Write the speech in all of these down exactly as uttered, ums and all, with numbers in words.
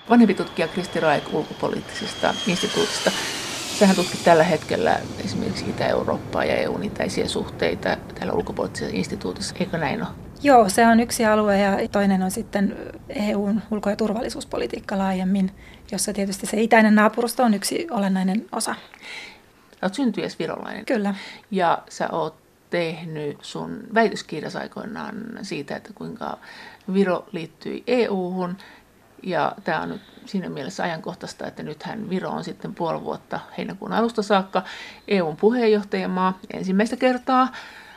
Vanhempi tutkija Kristi Raek ulkopoliittisesta instituutista. Sähän tutkit tällä hetkellä esimerkiksi Itä-Eurooppaa ja E U:n itäisiä suhteita täällä ulkopoliittisessa instituutissa. Eikö näin ole? Joo, se on yksi alue ja toinen on sitten E U:n ulko- ja turvallisuuspolitiikka laajemmin, jossa tietysti se itäinen naapurusto on yksi olennainen osa. Sä oot syntyjäs virolainen. Kyllä. Ja sä oot tehnyt sun väitöskirjas aikoinaan siitä, että kuinka Viro liittyi E U:hun. Ja tämä on nyt siinä mielessä ajankohtaista, että nythän Viro on sitten puoli vuotta heinäkuun alusta saakka E U:n puheenjohtajamaa ensimmäistä kertaa.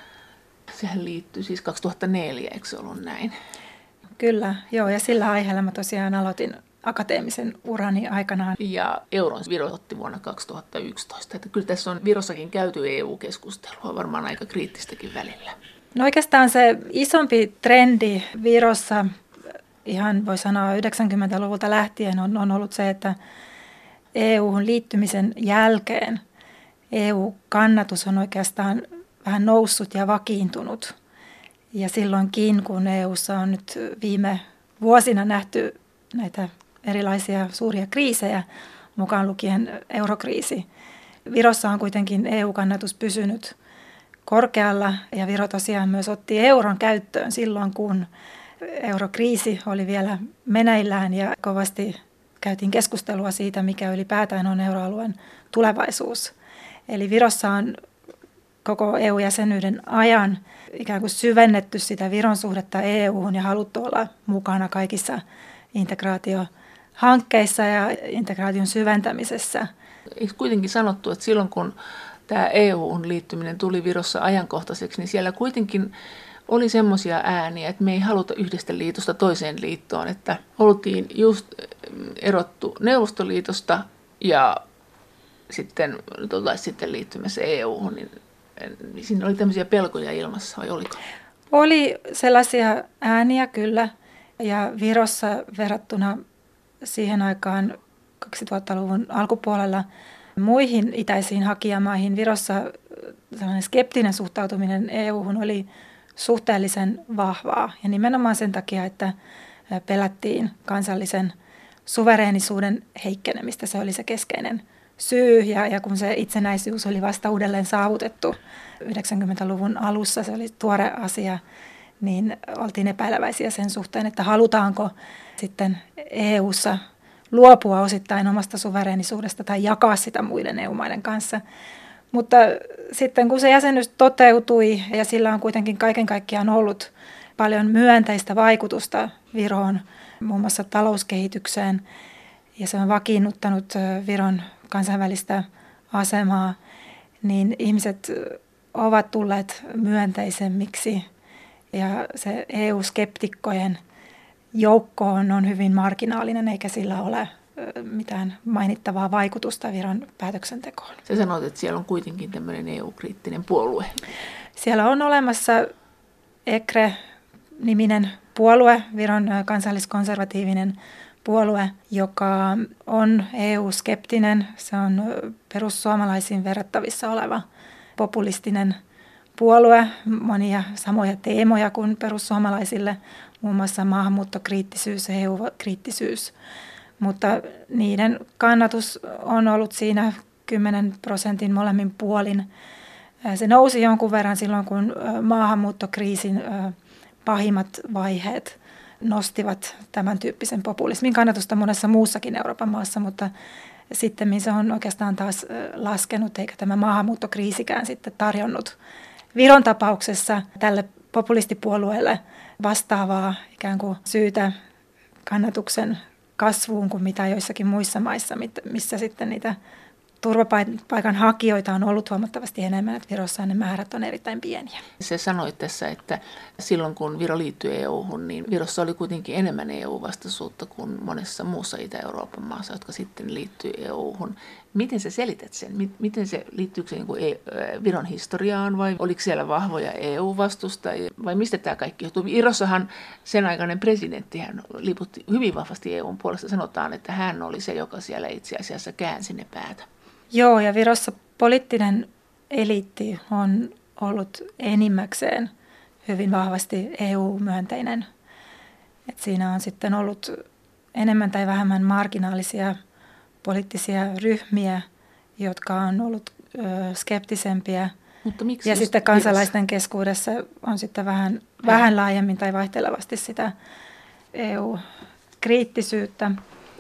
Sehän liittyi siis kaksituhattaneljä, eikö se ollut näin? Kyllä, joo, ja sillä aiheella mä tosiaan aloitin akateemisen urani aikanaan. Ja euron Viro otti vuonna kaksituhattayksitoista. Että kyllä tässä on Virossakin käyty E U-keskustelua, varmaan aika kriittistäkin välillä. No oikeastaan se isompi trendi Virossa, ihan voi sanoa yhdeksänkymmentäluvulta lähtien, on, on ollut se, että E U:hun liittymisen jälkeen E U-kannatus on oikeastaan vähän noussut ja vakiintunut. Ja silloinkin, kun E U:ssa on nyt viime vuosina nähty näitä erilaisia suuria kriisejä, mukaan lukien eurokriisi, Virossa on kuitenkin E U-kannatus pysynyt korkealla ja Viro tosiaan myös otti euron käyttöön silloin, kun eurokriisi oli vielä meneillään ja kovasti käytiin keskustelua siitä, mikä ylipäätään on euroalueen tulevaisuus. Eli Virossa on koko E U-jäsenyyden ajan ikään kuin syvennetty sitä Viron suhdetta E U:hun ja haluttu olla mukana kaikissa integraatiohankkeissa ja integraation syventämisessä. Eikö kuitenkin sanottu, että silloin kun tämä E U:hun liittyminen tuli Virossa ajankohtaiseksi, niin siellä kuitenkin oli semmoisia ääniä, että me ei haluta yhdestä liitosta toiseen liittoon, että oltiin just erottu Neuvostoliitosta ja sitten oltaisiin sitten liittymässä E U:hun, niin siinä oli tämmöisiä pelkoja ilmassa, vai oliko? Oli sellaisia ääniä kyllä, ja Virossa verrattuna siihen aikaan kaksituhattaluvun alkupuolella muihin itäisiin hakijamaihin, Virossa sellainen skeptinen suhtautuminen E U:hun oli suhteellisen vahvaa, ja nimenomaan sen takia, että pelättiin kansallisen suvereenisuuden heikkenemistä. Se oli se keskeinen syy, ja, ja kun se itsenäisyys oli vasta uudelleen saavutettu yhdeksänkymmentäluvun alussa, se oli tuore asia, niin oltiin epäileväisiä sen suhteen, että halutaanko sitten E U:ssa luopua osittain omasta suvereenisuudesta tai jakaa sitä muiden E U-maiden kanssa. Mutta sitten kun se jäsenyys toteutui ja sillä on kuitenkin kaiken kaikkiaan ollut paljon myönteistä vaikutusta Viroon, muun muassa talouskehitykseen, ja se on vakiinnuttanut Viron kansainvälistä asemaa, niin ihmiset ovat tulleet myönteisemmiksi ja se E U-skeptikkojen joukko on hyvin marginaalinen eikä sillä ole mitään mainittavaa vaikutusta Viron päätöksentekoon. Sä sanoit, että siellä on kuitenkin tämmöinen E U-kriittinen puolue. Siellä on olemassa E C R E-niminen puolue, Viron kansalliskonservatiivinen puolue, joka on E U-skeptinen. Se on perussuomalaisiin verrattavissa oleva populistinen puolue, monia samoja teemoja kuin perussuomalaisille, muun muassa maahanmuuttokriittisyys ja E U-kriittisyys. Mutta niiden kannatus on ollut siinä kymmenen prosentin molemmin puolin. Se nousi jonkun verran silloin, kun maahanmuuttokriisin pahimmat vaiheet nostivat tämän tyyppisen populismin kannatusta monessa muussakin Euroopan maassa, mutta sitten se on oikeastaan taas laskenut, eikä tämä maahanmuuttokriisikään sitten tarjonnut Viron tapauksessa tälle populistipuolueelle vastaavaa ikään kuin syytä kannatuksen kasvuun kuin mitä joissakin muissa maissa, missä sitten niitä turvapaikan hakijoita on ollut huomattavasti enemmän, että Virossa ne määrät on erittäin pieniä. Se sanoit tässä, että silloin kun Viro liittyi E U:hun, niin Virossa oli kuitenkin enemmän E U-vastaisuutta kuin monessa muussa Itä-Euroopan maassa, jotka sitten liittyi E U:hun. Miten sä selität sen? Miten se, liittyykö se niin kuin Viron historiaan vai oliko siellä vahvoja E U-vastusta vai mistä tämä kaikki johtuu? Virossahan sen aikainen presidentti hän liputti hyvin vahvasti E U:n puolesta. Sanotaan, että hän oli se, joka siellä itse asiassa käänsi ne päätä. Joo, ja Virossa poliittinen eliitti on ollut enimmäkseen hyvin vahvasti E U-myönteinen. Et siinä on sitten ollut enemmän tai vähemmän marginaalisia poliittisia ryhmiä, jotka on ollut ö, skeptisempiä. Mutta miksi ja just sitten kansalaisten Virossa? keskuudessa on sitten vähän, vähän laajemmin tai vaihtelevasti sitä E U-kriittisyyttä.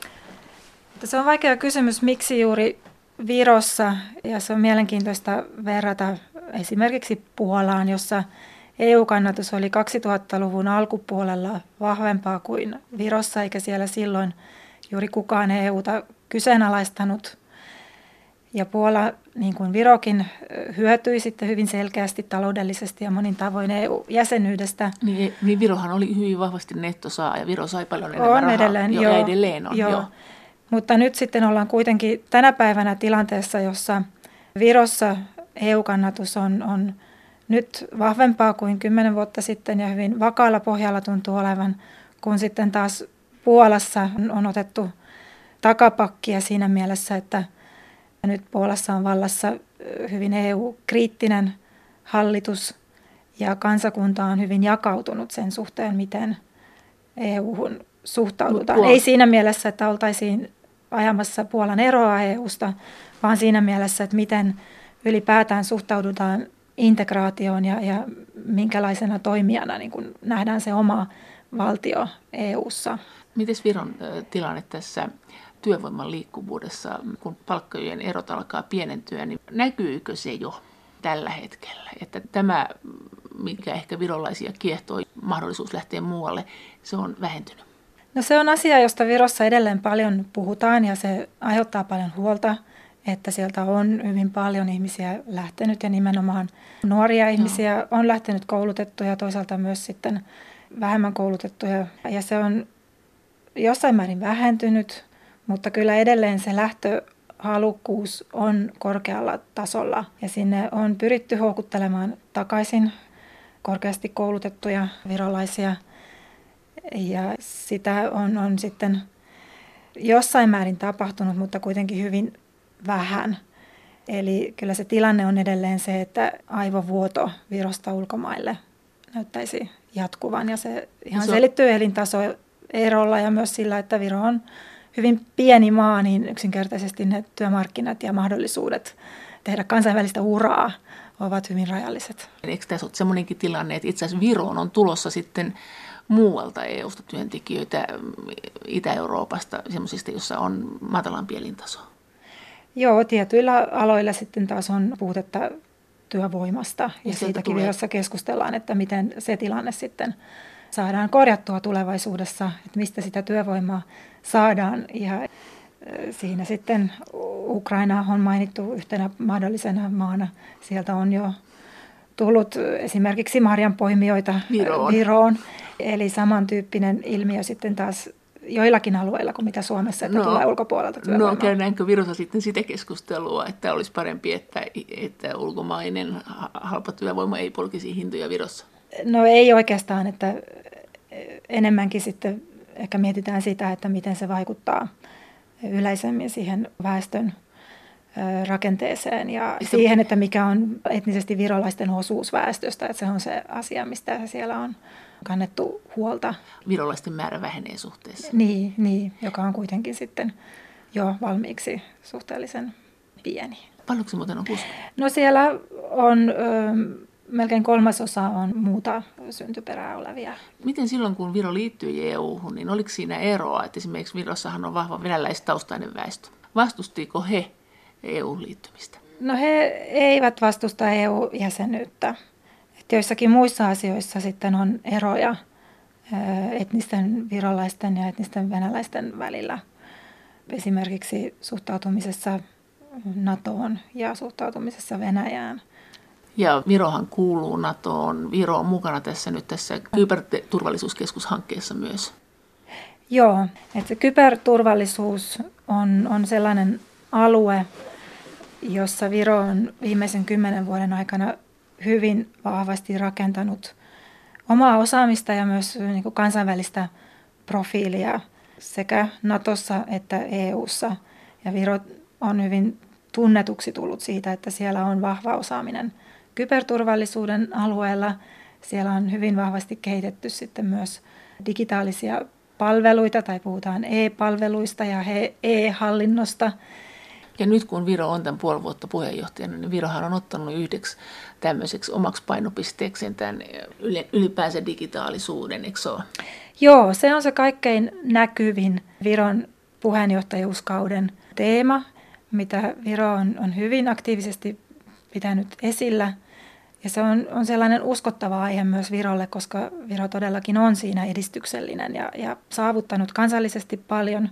Mutta se on vaikea kysymys, miksi juuri Virossa, ja se on mielenkiintoista verrata esimerkiksi Puolaan, jossa E U-kannatus oli kaksituhattaluvun alkupuolella vahvempaa kuin Virossa, eikä siellä silloin juuri kukaan E U:ta kyseenalaistanut. Ja Puola, niin kuin Virokin, hyötyi sitten hyvin selkeästi taloudellisesti ja monin tavoin E U-jäsenyydestä. Niin, niin Virohan oli hyvin vahvasti nettosaaja. Viro sai paljon enemmän on rahaa. edelleen, jo, joo, ja edelleen on. joo. Jo. Mutta nyt sitten ollaan kuitenkin tänä päivänä tilanteessa, jossa Virossa E U-kannatus on, on nyt vahvempaa kuin kymmenen vuotta sitten ja hyvin vakaalla pohjalla tuntuu olevan, kun sitten taas Puolassa on otettu takapakkia siinä mielessä, että nyt Puolassa on vallassa hyvin E U-kriittinen hallitus ja kansakunta on hyvin jakautunut sen suhteen, miten E U:hun suhtaudutaan. Ei siinä mielessä, että oltaisiin ajamassa Puolan eroa E U:sta, vaan siinä mielessä, että miten ylipäätään suhtaudutaan integraatioon ja, ja minkälaisena toimijana niin kun nähdään se oma valtio E U:ssa. Miten Viron tilanne tässä työvoiman liikkuvuudessa, kun palkkojen erot alkaa pienentyä, niin näkyykö se jo tällä hetkellä? Että tämä, mikä ehkä virolaisia kiehtoo, mahdollisuus lähteä muualle, se on vähentynyt? No se on asia, josta Virossa edelleen paljon puhutaan ja se aiheuttaa paljon huolta, että sieltä on hyvin paljon ihmisiä lähtenyt ja nimenomaan nuoria ihmisiä no. on lähtenyt koulutettuja, toisaalta myös sitten vähemmän koulutettuja ja se on jossain määrin vähentynyt, mutta kyllä edelleen se lähtöhalukkuus on korkealla tasolla ja sinne on pyritty houkuttelemaan takaisin korkeasti koulutettuja virolaisia ja sitä on, on sitten jossain määrin tapahtunut, mutta kuitenkin hyvin vähän. Eli kyllä se tilanne on edelleen se, että aivovuoto Virosta ulkomaille näyttäisi jatkuvan ja se ihan se selittyy elintasoerolla ja myös sillä, että Viro on hyvin pieni maa, niin yksinkertaisesti ne työmarkkinat ja mahdollisuudet tehdä kansainvälistä uraa ovat hyvin rajalliset. Eikö tässä ole semmoinenkin tilanne, että itse asiassa Viroon on tulossa sitten muualta E U:sta työntekijöitä Itä-Euroopasta, semmoisista, jossa on matalampi elintaso? Joo, tietyillä aloilla sitten taas on puutetta työvoimasta ja, ja siitäkin tulee... Virossa keskustellaan, että miten se tilanne sitten saadaan korjattua tulevaisuudessa, että mistä sitä työvoimaa saadaan ja siinä sitten Ukraina on mainittu yhtenä mahdollisena maana. Sieltä on jo tullut esimerkiksi marjanpoimijoita Viroon. Viroon. Eli samantyyppinen ilmiö sitten taas joillakin alueilla kuin mitä Suomessa, että no, tulee ulkopuolelta työvoimaa. No käydäänkö Virossa sitten sitä keskustelua, että olisi parempi, että, että ulkomainen halpa työvoima ei polkisi hintoja Virossa? No ei oikeastaan, että enemmänkin sitten ehkä mietitään sitä, että miten se vaikuttaa yleisemmin siihen väestön rakenteeseen ja Sitä... siihen, että mikä on etnisesti virolaisten osuus väestöstä, että se on se asia, mistä siellä on kannettu huolta. Virolaisten määrä vähenee suhteessa. Niin, niin, joka on kuitenkin sitten jo valmiiksi suhteellisen pieni. Paljonko se muuten on kuusi? No siellä on ö, melkein kolmasosa on muuta syntyperää olevia. Miten silloin, kun Viro liittyi E U:hun, niin oliko siinä eroa, että esimerkiksi Virossahan on vahva venäläistaustainen väestö? Vastustiko he E U-liittymistä? No he eivät vastusta E U-jäsenyyttä. Et joissakin muissa asioissa sitten on eroja etnisten virolaisten ja etnisten venäläisten välillä. Esimerkiksi suhtautumisessa NATOon ja suhtautumisessa Venäjään. Ja Virohan kuuluu NATOon. Viro on mukana tässä nyt tässä kyberturvallisuuskeskushankkeessa myös. Joo, että se kyberturvallisuus on, on sellainen alue, jossa Viro on viimeisen kymmenen vuoden aikana hyvin vahvasti rakentanut omaa osaamista ja myös niin kuin kansainvälistä profiilia sekä NATOssa että E U:ssa. Ja Viro on hyvin tunnetuksi tullut siitä, että siellä on vahva osaaminen kyberturvallisuuden alueella. Siellä on hyvin vahvasti kehitetty sitten myös digitaalisia palveluita tai puhutaan e-palveluista ja e-hallinnosta. Ja nyt kun Viro on tämän puoli vuotta puheenjohtajana, niin Virohan on ottanut yhdeksi tämmöiseksi omaksi painopisteekseen tämän ylipäänsä digitaalisuuden, eikö se ole? Joo, se on se kaikkein näkyvin Viron puheenjohtajuuskauden teema, mitä Viro on, on hyvin aktiivisesti pitänyt esillä. Ja se on, on sellainen uskottava aihe myös Virolle, koska Viro todellakin on siinä edistyksellinen ja, ja saavuttanut kansallisesti paljon.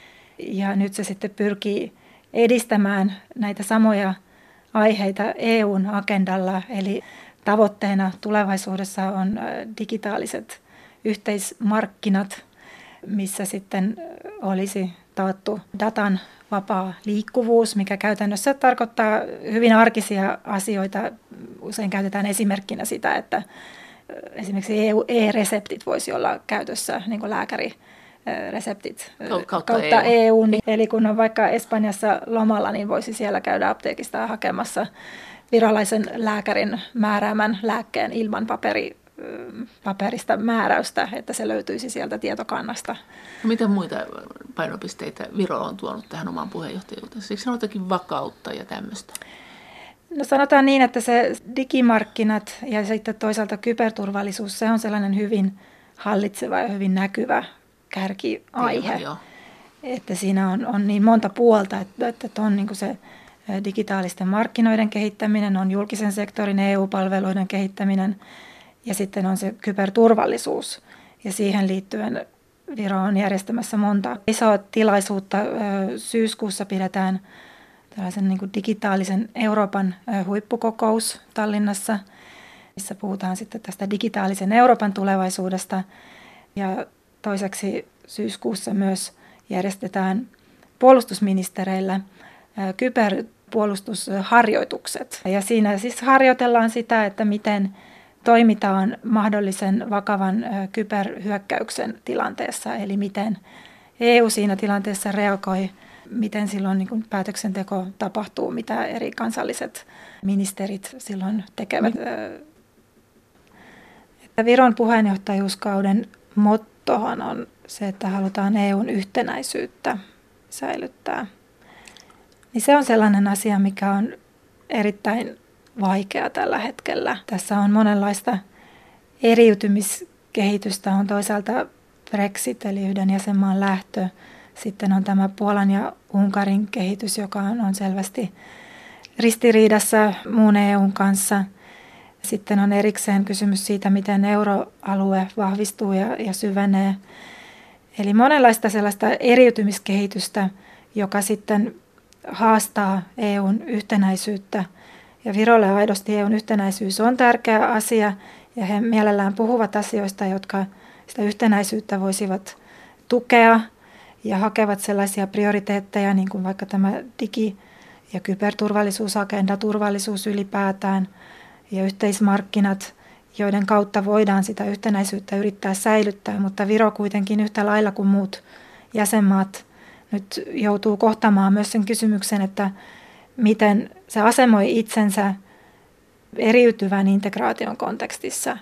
Ja nyt se sitten pyrkii edistämään näitä samoja aiheita E U:n agendalla, eli tavoitteena tulevaisuudessa on digitaaliset yhteismarkkinat, missä sitten olisi taattu datan vapaa liikkuvuus, mikä käytännössä tarkoittaa hyvin arkisia asioita. Usein käytetään esimerkkinä sitä, että esimerkiksi e-reseptit voisi olla käytössä, niin kuin lääkärireseptit kautta, kautta E U. E U. Eli kun on vaikka Espanjassa lomalla, niin voisi siellä käydä apteekista hakemassa virallisen lääkärin määräämän lääkkeen ilman paperi, paperista määräystä, että se löytyisi sieltä tietokannasta. No, mitä muita painopisteitä Viro on tuonut tähän omaan puheenjohtajuuteen? Eikö se ole jotakin vakautta ja tämmöistä? No sanotaan niin, että se digimarkkinat ja sitten toisaalta kyberturvallisuus, se on sellainen hyvin hallitseva ja hyvin näkyvä kärkiaihe. Teema, joo. Että siinä on, on niin monta puolta, että, että on niin kuin se digitaalisten markkinoiden kehittäminen, on julkisen sektorin E U-palveluiden kehittäminen ja sitten on se kyberturvallisuus. Ja siihen liittyen Viro on järjestämässä monta isoa tilaisuutta. Syyskuussa pidetään tällaisen niin kuin digitaalisen Euroopan huippukokous Tallinnassa, missä puhutaan sitten tästä digitaalisen Euroopan tulevaisuudesta. Ja toiseksi syyskuussa myös järjestetään puolustusministereillä kyberpuolustusharjoitukset. Ja siinä siis harjoitellaan sitä, että miten toimitaan mahdollisen vakavan kyberhyökkäyksen tilanteessa, eli miten E U siinä tilanteessa reagoi, miten silloin niin kuin päätöksenteko tapahtuu, mitä eri kansalliset ministerit silloin tekevät. Että Viron puheenjohtajuuskauden mottohan on se, että halutaan E U:n yhtenäisyyttä säilyttää. Niin se on sellainen asia, mikä on erittäin vaikea tällä hetkellä. Tässä on monenlaista eriytymiskehitystä. On toisaalta Brexit, eli yhden jäsenmaan lähtö. Sitten on tämä Puolan ja Unkarin kehitys, joka on, on selvästi ristiriidassa muun E U:n kanssa. Sitten on erikseen kysymys siitä, miten euroalue vahvistuu ja, ja syvenee. Eli monenlaista sellaista eriytymiskehitystä, joka sitten haastaa E U:n yhtenäisyyttä. Ja Virolle aidosti E U:n yhtenäisyys on tärkeä asia, ja he mielellään puhuvat asioista, jotka sitä yhtenäisyyttä voisivat tukea, ja hakevat sellaisia prioriteetteja, niin kuin vaikka tämä digi- ja kyberturvallisuusagenda, turvallisuus ylipäätään, ja yhteismarkkinat, joiden kautta voidaan sitä yhtenäisyyttä yrittää säilyttää, mutta Viro kuitenkin yhtä lailla kuin muut jäsenmaat nyt joutuu kohtaamaan myös sen kysymyksen, että miten se asemoi itsensä eriytyvän integraation kontekstissa.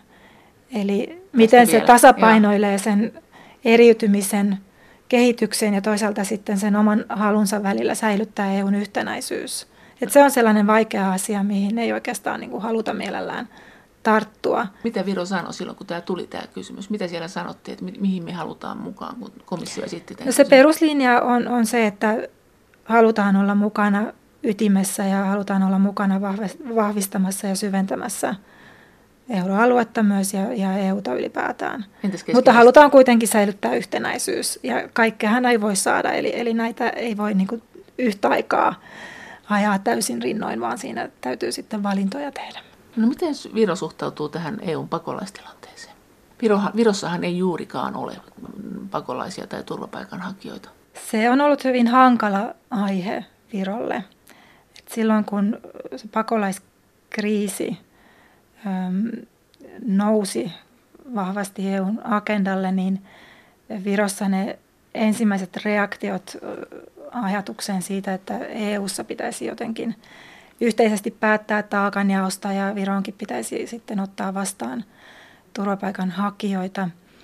Eli miten se tasapainoilee sen eriytymisen kehityksen ja toisaalta sitten sen oman halunsa välillä säilyttää E U:n yhtenäisyys. Et se on sellainen vaikea asia, mihin ei oikeastaan niin kuin haluta mielellään tarttua. Mitä Viro sanoi silloin, kun tämä tuli tämä kysymys? Mitä siellä sanottiin, että mi- mihin me halutaan mukaan, kun komissio esitti tämän no se kysymyksen? peruslinja on, on se, että halutaan olla mukana ytimessä ja halutaan olla mukana vahvistamassa ja syventämässä euroaluetta myös ja, ja E U:ta ylipäätään. Mutta halutaan kuitenkin säilyttää yhtenäisyys ja kaikkeahan ei voi saada, eli, eli näitä ei voi niin kuin yhtä aikaa ajaa täysin rinnoin, vaan siinä täytyy sitten valintoja tehdä. No miten Viro suhtautuu tähän E U:n pakolaistilanteeseen? Virohan, Virossahan ei juurikaan ole pakolaisia tai turvapaikanhakijoita. Se on ollut hyvin hankala aihe Virolle. Et silloin kun se pakolaiskriisi äm, nousi vahvasti E U:n agendalle, niin Virossa ne ensimmäiset reaktiot ajatukseen siitä, että E U:ssa pitäisi jotenkin yhteisesti päättää taakanjaosta ja Vironkin pitäisi sitten ottaa vastaan turvapaikanhakijoita.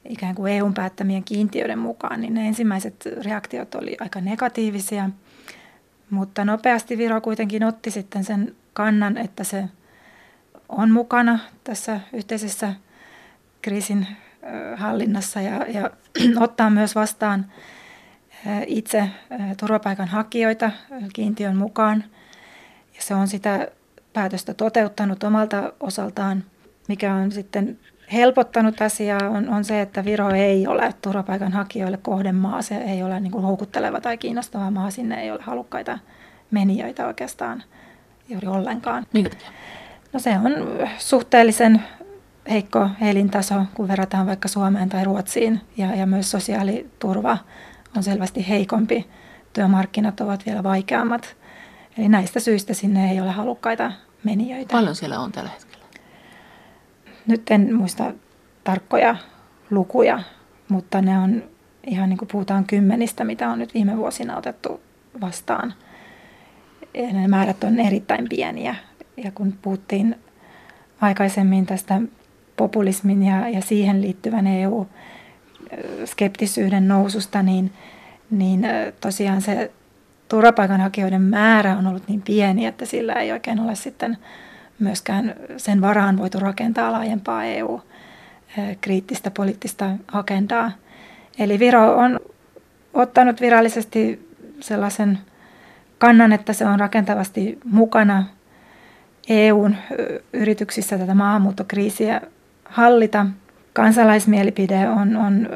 ikään kuin E U:n päättämien kiintiöiden mukaan, niin ne ensimmäiset reaktiot oli aika negatiivisia. Mutta nopeasti Viro kuitenkin otti sitten sen kannan, että se on mukana tässä yhteisessä kriisin hallinnassa ja, ja ottaa myös vastaan itse turvapaikanhakijoita kiintiön mukaan. Ja se on sitä päätöstä toteuttanut omalta osaltaan, mikä on sitten helpottanut asiaa, on, on se, että Viro ei ole turvapaikanhakijoille kohdemaa. Se ei ole niin kuin houkutteleva tai kiinnostava maa. Sinne ei ole halukkaita menijöitä oikeastaan juuri ollenkaan. Minkä takia? No se on suhteellisen heikko elintaso, kun verrataan vaikka Suomeen tai Ruotsiin. Ja, ja myös sosiaaliturva on selvästi heikompi. Työmarkkinat ovat vielä vaikeammat. Eli näistä syistä sinne ei ole halukkaita menijöitä. Paljon siellä on tällä hetkellä? Nyt en muista tarkkoja lukuja, mutta ne on ihan niin kuin puhutaan kymmenistä, mitä on nyt viime vuosina otettu vastaan. Ja ne määrät on erittäin pieniä. Ja kun puhuttiin aikaisemmin tästä populismin ja, ja siihen liittyvän E U-skeptisyyden noususta, niin, niin tosiaan se turvapaikanhakijoiden määrä on ollut niin pieni, että sillä ei oikein ole sitten myöskään sen varaan voitu rakentaa laajempaa E U-kriittistä poliittista agendaa. Eli Viro on ottanut virallisesti sellaisen kannan, että se on rakentavasti mukana E U:n yrityksissä tätä maahanmuuttokriisiä hallita. Kansalaismielipide on, on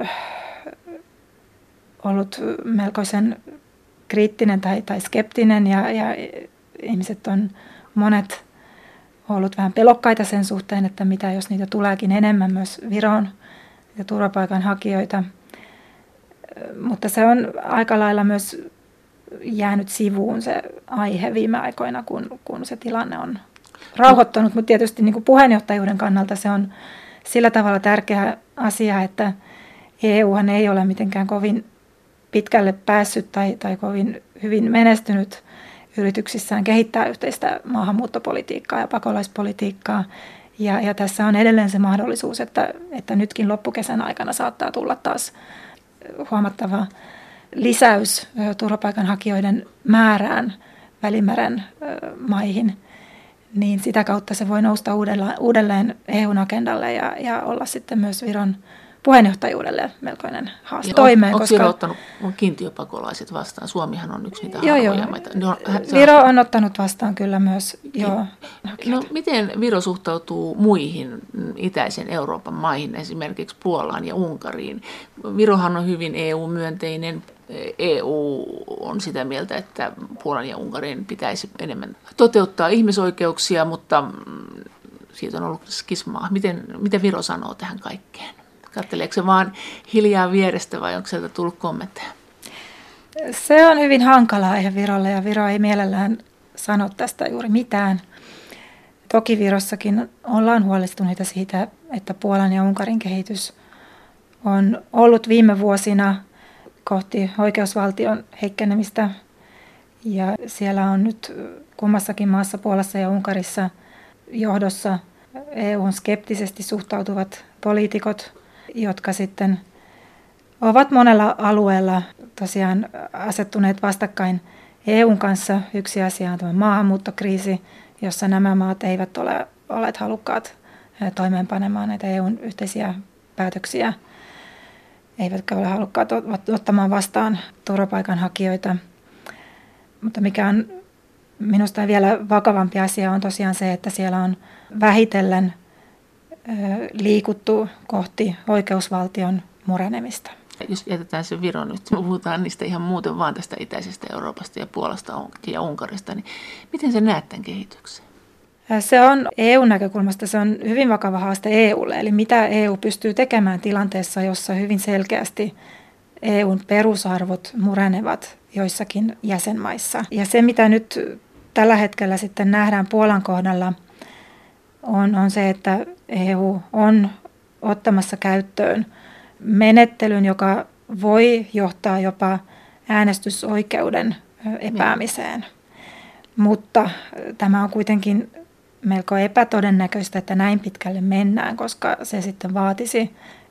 ollut melkoisen kriittinen tai, tai skeptinen ja, ja ihmiset on monet ollut vähän pelokkaita sen suhteen, että mitä jos niitä tuleekin enemmän myös Viroon ja turvapaikanhakijoita. Mutta se on aika lailla myös jäänyt sivuun se aihe viime aikoina, kun, kun se tilanne on rauhoittunut. Mutta tietysti niin kuin puheenjohtajuuden kannalta se on sillä tavalla tärkeä asia, että E Uhan ei ole mitenkään kovin pitkälle päässyt tai, tai kovin hyvin menestynyt yrityksissään kehittää yhteistä maahanmuuttopolitiikkaa ja pakolaispolitiikkaa. Ja, ja tässä on edelleen se mahdollisuus, että, että nytkin loppukesän aikana saattaa tulla taas huomattava lisäys turvapaikanhakijoiden määrään Välimeren maihin. Niin sitä kautta se voi nousta uudelleen E U:n agendalle ja, ja olla sitten myös Viron puheenjohtajuudelle melkoinen haaste toimeen. Onko koska Viro ottanut kiintiöpakolaiset vastaan? Suomihan on yksi niitä joo, harvoja joo. maita. No, Viro on ottanut vastaan kyllä myös. Joo. No, miten Viro suhtautuu muihin itäisen Euroopan maihin, esimerkiksi Puolaan ja Unkariin? Virohan on hyvin E U-myönteinen. E U on sitä mieltä, että Puolan ja Unkarin pitäisi enemmän toteuttaa ihmisoikeuksia, mutta siitä on ollut skismaa. Miten, miten Viro sanoo tähän kaikkeen? Katseleeko se vaan hiljaa vierestä vai onko sieltä tullut kommentteja? Se on hyvin hankala aihe Virolle ja Viro ei mielellään sano tästä juuri mitään. Toki Virossakin ollaan huolestuneita siitä, että Puolan ja Unkarin kehitys on ollut viime vuosina kohti oikeusvaltion heikkenemistä. Ja siellä on nyt kummassakin maassa, Puolassa ja Unkarissa, johdossa E U:n skeptisesti suhtautuvat poliitikot, jotka sitten ovat monella alueella tosiaan asettuneet vastakkain E U:n kanssa. Yksi asia on tämä maahanmuuttokriisi, jossa nämä maat eivät ole olleet halukkaat toimeenpanemaan näitä E U:n yhteisiä päätöksiä, eivätkä ole halukkaat ottamaan vastaan turvapaikanhakijoita. Mutta mikä on minusta vielä vakavampi asia on tosiaan se, että siellä on vähitellen liikuttu kohti oikeusvaltion murenemista. Jos jätetään se Viro nyt, puhutaan niistä ihan muuten vaan tästä itäisestä Euroopasta ja Puolasta ja Unkarista, niin miten sä näet tämän kehityksen? Se on E U-näkökulmasta se on hyvin vakava haaste E U:lle, eli mitä E U pystyy tekemään tilanteessa, jossa hyvin selkeästi E U:n perusarvot murenevat joissakin jäsenmaissa. Ja se, mitä nyt tällä hetkellä sitten nähdään Puolan kohdalla, on, on se, että E U on ottamassa käyttöön menettelyn, joka voi johtaa jopa äänestysoikeuden epäämiseen. Mutta tämä on kuitenkin melko epätodennäköistä, että näin pitkälle mennään, koska se sitten vaatisi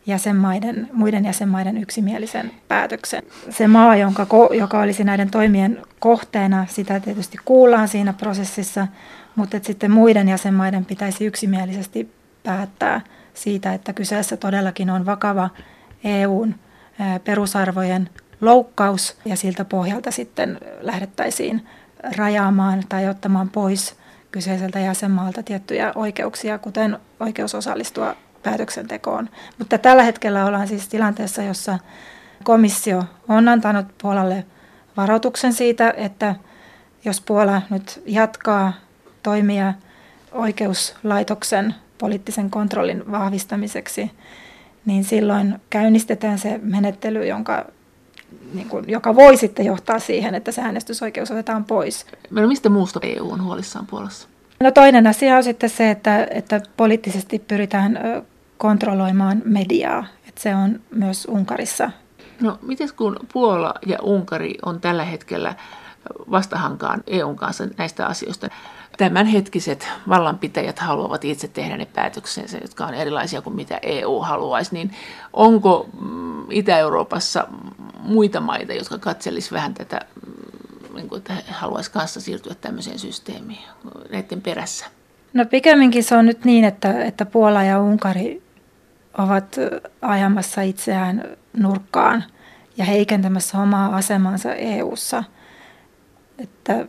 jäsenmaiden, muiden jäsenmaiden yksimielisen päätöksen. Se maa, jonka, joka olisi näiden toimien kohteena, sitä tietysti kuullaan siinä prosessissa, mutta että sitten muiden jäsenmaiden pitäisi yksimielisesti päättää siitä, että kyseessä todellakin on vakava E U:n perusarvojen loukkaus ja siltä pohjalta sitten lähdettäisiin rajaamaan tai ottamaan pois kyseiseltä jäsenmaalta tiettyjä oikeuksia, kuten oikeus osallistua päätöksentekoon. Mutta tällä hetkellä ollaan siis tilanteessa, jossa komissio on antanut Puolalle varoituksen siitä, että jos Puola nyt jatkaa toimia oikeuslaitoksen poliittisen kontrollin vahvistamiseksi, niin silloin käynnistetään se menettely, jonka, niin kuin, joka voi sitten johtaa siihen, että se äänestysoikeus otetaan pois. No mistä muusta E U on huolissaan Puolassa? No toinen asia on sitten se, että, että poliittisesti pyritään kontrolloimaan mediaa. Että se on myös Unkarissa. No miten kun Puola ja Unkari on tällä hetkellä vastahankaan E U:n kanssa näistä asioista? Tämänhetkiset vallanpitäjät haluavat itse tehdä ne päätöksensä, jotka on erilaisia kuin mitä E U haluaisi. Niin onko Itä-Euroopassa muita maita, jotka katselisivat vähän tätä, niin kuin, että he haluaisivat kanssa siirtyä tämmöiseen systeemiin näiden perässä? No pikemminkin se on nyt niin, että, että Puola ja Unkari ovat ajamassa itseään nurkkaan ja heikentämässä omaa asemansa E U:ssa. Että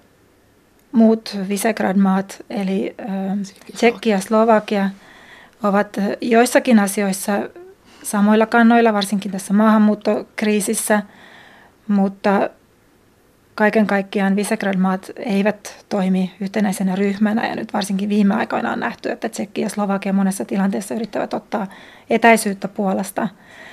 muut Visegrad-maat, eli Tšekki ja Slovakia, ovat joissakin asioissa samoilla kannoilla, varsinkin tässä maahanmuuttokriisissä, mutta kaiken kaikkiaan Visegrad-maat eivät toimi yhtenäisenä ryhmänä, ja nyt varsinkin viime aikoina on nähty, että Tšekki ja Slovakia monessa tilanteessa yrittävät ottaa etäisyyttä Puolasta.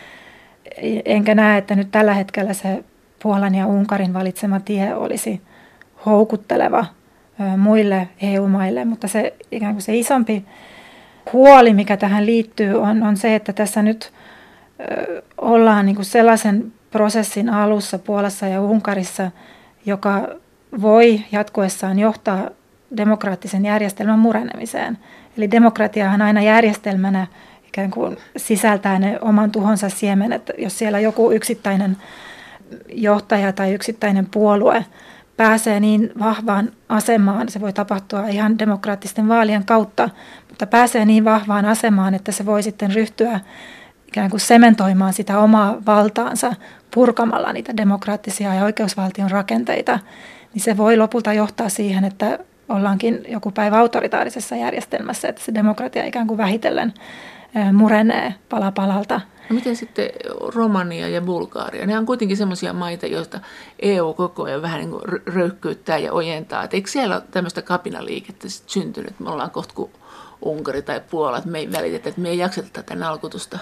Enkä näe, että nyt tällä hetkellä se Puolan ja Unkarin valitsema tie olisi houkutteleva muille E U-maille, mutta se ikään kuin se isompi huoli, mikä tähän liittyy, on, on se, että tässä nyt ö, ollaan niin kuin sellaisen prosessin alussa Puolassa ja Unkarissa, joka voi jatkuessaan johtaa demokraattisen järjestelmän murenemiseen. Eli demokratiahan aina järjestelmänä ikään kuin sisältää ne oman tuhonsa siemenet. Jos siellä joku yksittäinen johtaja tai yksittäinen puolue pääsee niin vahvaan asemaan, se voi tapahtua ihan demokraattisten vaalien kautta, mutta pääsee niin vahvaan asemaan, että se voi sitten ryhtyä ikään kuin sementoimaan sitä omaa valtaansa purkamalla niitä demokraattisia ja oikeusvaltion rakenteita, niin se voi lopulta johtaa siihen, että ollaankin joku päivä autoritaarisessa järjestelmässä, että se demokratia ikään kuin vähitellen murenee pala palalta. No miten sitten Romania ja Bulgaria? Ne on kuitenkin sellaisia maita, joista E U koko ajan vähän niin kuin röyhkyyttää ja ojentaa. Et eikö siellä ole tämmöistä kapinaliikettä syntynyt? Me ollaan kohta kuin Unkari tai Puola, että me ei välitetä, että me ei jakseta tätä nalkutusta.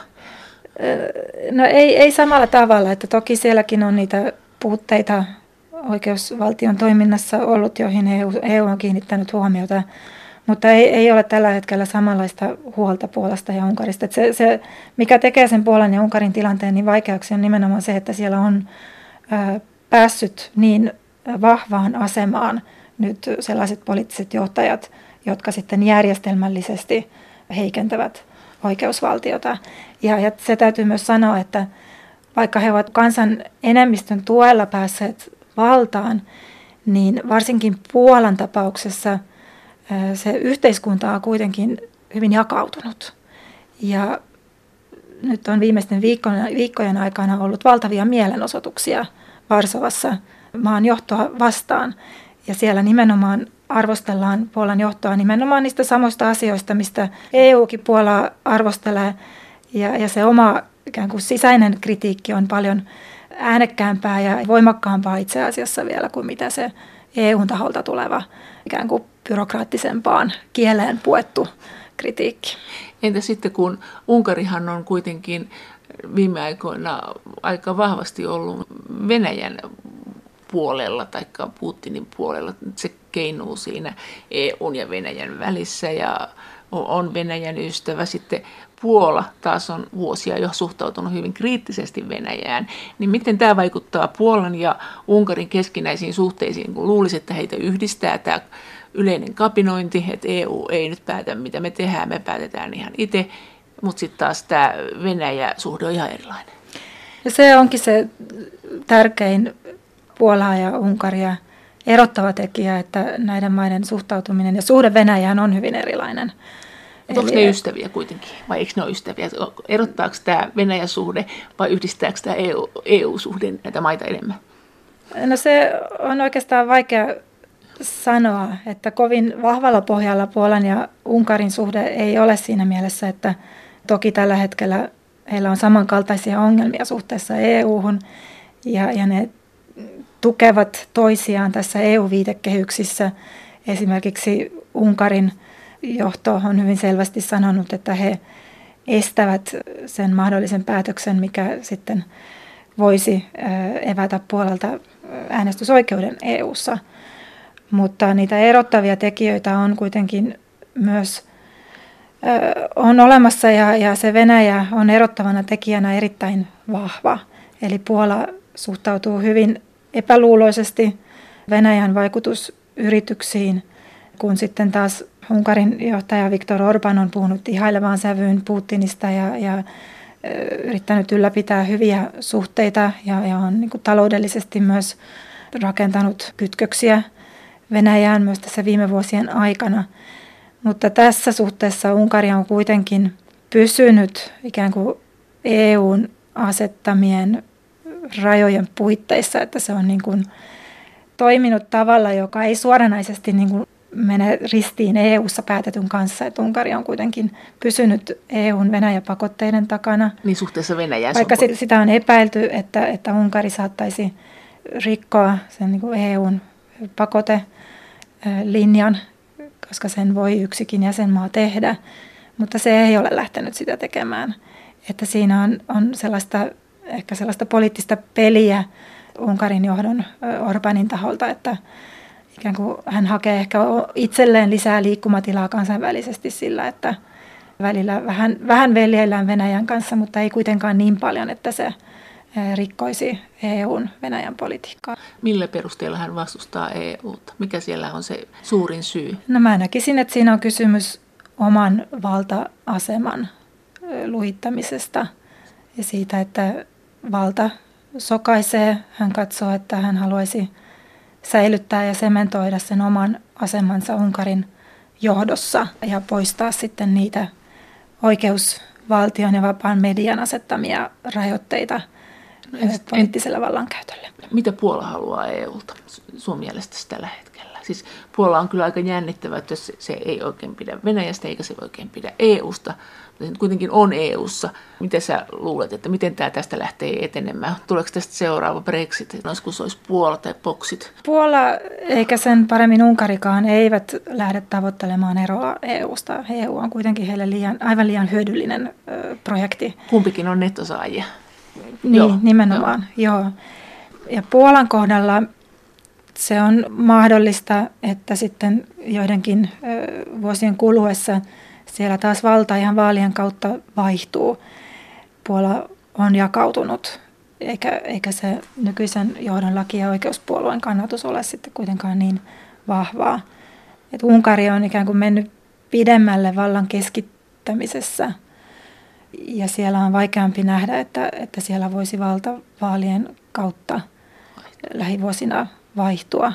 No ei, ei samalla tavalla, että toki sielläkin on niitä puutteita oikeusvaltion toiminnassa ollut, joihin E U, E U on kiinnittänyt huomiota. Mutta ei, ei ole tällä hetkellä samanlaista huolta Puolasta ja Unkarista. Että se, se, mikä tekee sen Puolan ja Unkarin tilanteen niin vaikeaksi, on nimenomaan se, että siellä on ö, päässyt niin vahvaan asemaan nyt sellaiset poliittiset johtajat, jotka sitten järjestelmällisesti heikentävät oikeusvaltiota. Ja, ja se täytyy myös sanoa, että vaikka he ovat kansan enemmistön tuella päässeet valtaan, niin varsinkin Puolan tapauksessa se yhteiskunta on kuitenkin hyvin jakautunut. Ja nyt on viimeisten viikkojen, viikkojen aikana ollut valtavia mielenosoituksia Varsovassa maan johtoa vastaan. Ja siellä nimenomaan arvostellaan Puolan johtoa nimenomaan niistä samoista asioista, mistä E U:kin Puolaa arvostelee. Ja, ja se oma ikään kuin sisäinen kritiikki on paljon äänekkäämpää ja voimakkaampaa itse asiassa vielä kuin mitä se E U:n taholta tuleva ikään kuin byrokraattisempaan kieleen puettu kritiikki. Entä sitten kun Unkarihan on kuitenkin viime aikoina aika vahvasti ollut Venäjän puolella tai Putinin puolella. Se keinuu siinä E U:n ja Venäjän välissä ja on Venäjän ystävä. Sitten Puola taas on vuosia jo suhtautunut hyvin kriittisesti Venäjään. Niin miten tämä vaikuttaa Puolan ja Unkarin keskinäisiin suhteisiin, kun luulisi, että heitä yhdistää tämä yleinen kapinointi, että E U ei nyt päätä, mitä me tehdään, me päätetään ihan itse. mutta sitten taas tämä Venäjä-suhde on ihan erilainen. Ja se onkin se tärkein Puolaa ja Unkaria erottava tekijä, että näiden maiden suhtautuminen ja suhde Venäjään on hyvin erilainen. Mutta onko ne ystäviä kuitenkin, vai eikö ne ole ystäviä? Erottaako tämä Venäjä-suhde vai yhdistääkö tämä E U, E U-suhde näitä maita enemmän? No se on oikeastaan vaikea sanoa, että kovin vahvalla pohjalla Puolan ja Unkarin suhde ei ole siinä mielessä, että toki tällä hetkellä heillä on samankaltaisia ongelmia suhteessa E U-hun ja, ja ne tukevat toisiaan tässä E U-viitekehyksissä. Esimerkiksi Unkarin johto on hyvin selvästi sanonut, että he estävät sen mahdollisen päätöksen, mikä sitten voisi evätä Puolalta äänestysoikeuden E U:ssa. Mutta niitä erottavia tekijöitä on kuitenkin myös on olemassa ja, ja se Venäjä on erottavana tekijänä erittäin vahva. Eli Puola suhtautuu hyvin epäluuloisesti Venäjän vaikutusyrityksiin, kun sitten taas Unkarin johtaja Viktor Orbán on puhunut ihailevaan sävyyn Putinista ja, ja yrittänyt ylläpitää hyviä suhteita ja, ja on niin kuin taloudellisesti myös rakentanut kytköksiä Venäjään myös tässä viime vuosien aikana. Mutta tässä suhteessa Unkari on kuitenkin pysynyt ikään kuin E U:n asettamien rajojen puitteissa, että se on niin kuin toiminut tavalla, joka ei suoranaisesti niin kuin mene ristiin E U:ssa päätetyn kanssa, että Unkari on kuitenkin pysynyt E U:n Venäjä-pakotteiden takana. Niin suhteessa Venäjään. Vaikka on... sitä on epäilty, että, että Unkari saattaisi rikkoa sen niin kuin E U:n pakotelinjan, koska sen voi yksikin jäsenmaa tehdä, mutta se ei ole lähtenyt sitä tekemään. Että siinä on, on sellaista, ehkä sellaista poliittista peliä Unkarin johdon Orbánin taholta, että ikään kuin hän hakee ehkä itselleen lisää liikkumatilaa kansainvälisesti sillä, että välillä vähän, vähän veljeillään Venäjän kanssa, mutta ei kuitenkaan niin paljon, että se rikkoisi E U:n Venäjän politiikkaa. Millä perusteella hän vastustaa E U:ta? Mikä siellä on se suurin syy? No mä näkisin, että siinä on kysymys oman valta-aseman luhittamisesta ja siitä, että valta sokaisee. Hän katsoo, että hän haluaisi säilyttää ja sementoida sen oman asemansa Unkarin johdossa ja poistaa sitten niitä oikeusvaltion ja vapaan median asettamia rajoitteita poliittisella vallankäytöllä. Mitä Puola haluaa E U:lta sun mielestä tällä hetkellä? Siis Puola on kyllä aika jännittävä, että se, se ei oikein pidä Venäjästä eikä se oikein pidä E U:sta. Se kuitenkin on E U:ssa. Miten sä luulet, että miten tämä tästä lähtee etenemään? Tuleeko tästä seuraava Brexit, kun se olisi Puola tai Boxit? Puola eikä sen paremmin Unkarikaan eivät lähde tavoittelemaan eroa E U:sta. E U on kuitenkin heille liian, aivan liian hyödyllinen ö, projekti. Kumpikin on nettosaajia. Niin, joo, nimenomaan. Joo. Joo. Ja Puolan kohdalla se on mahdollista, että sitten joidenkin ö, vuosien kuluessa siellä taas valta ihan vaalien kautta vaihtuu. Puola on jakautunut, eikä, eikä se nykyisen johdon laki- ja oikeuspuolueen kannatus ole sitten kuitenkaan niin vahvaa. Et Unkari on ikään kuin mennyt pidemmälle vallan keskittämisessä ja siellä on vaikeampi nähdä, että, että siellä voisi valta vaalien kautta lähivuosina vaihtua.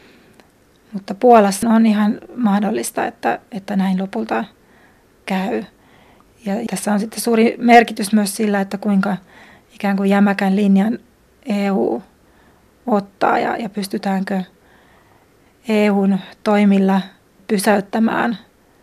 Mutta Puolassa on ihan mahdollista, että, että näin lopulta käy. Ja tässä on sitten suuri merkitys myös sillä, että kuinka ikään kuin jämäkän linjan E U ottaa ja, ja pystytäänkö E U:n toimilla pysäyttämään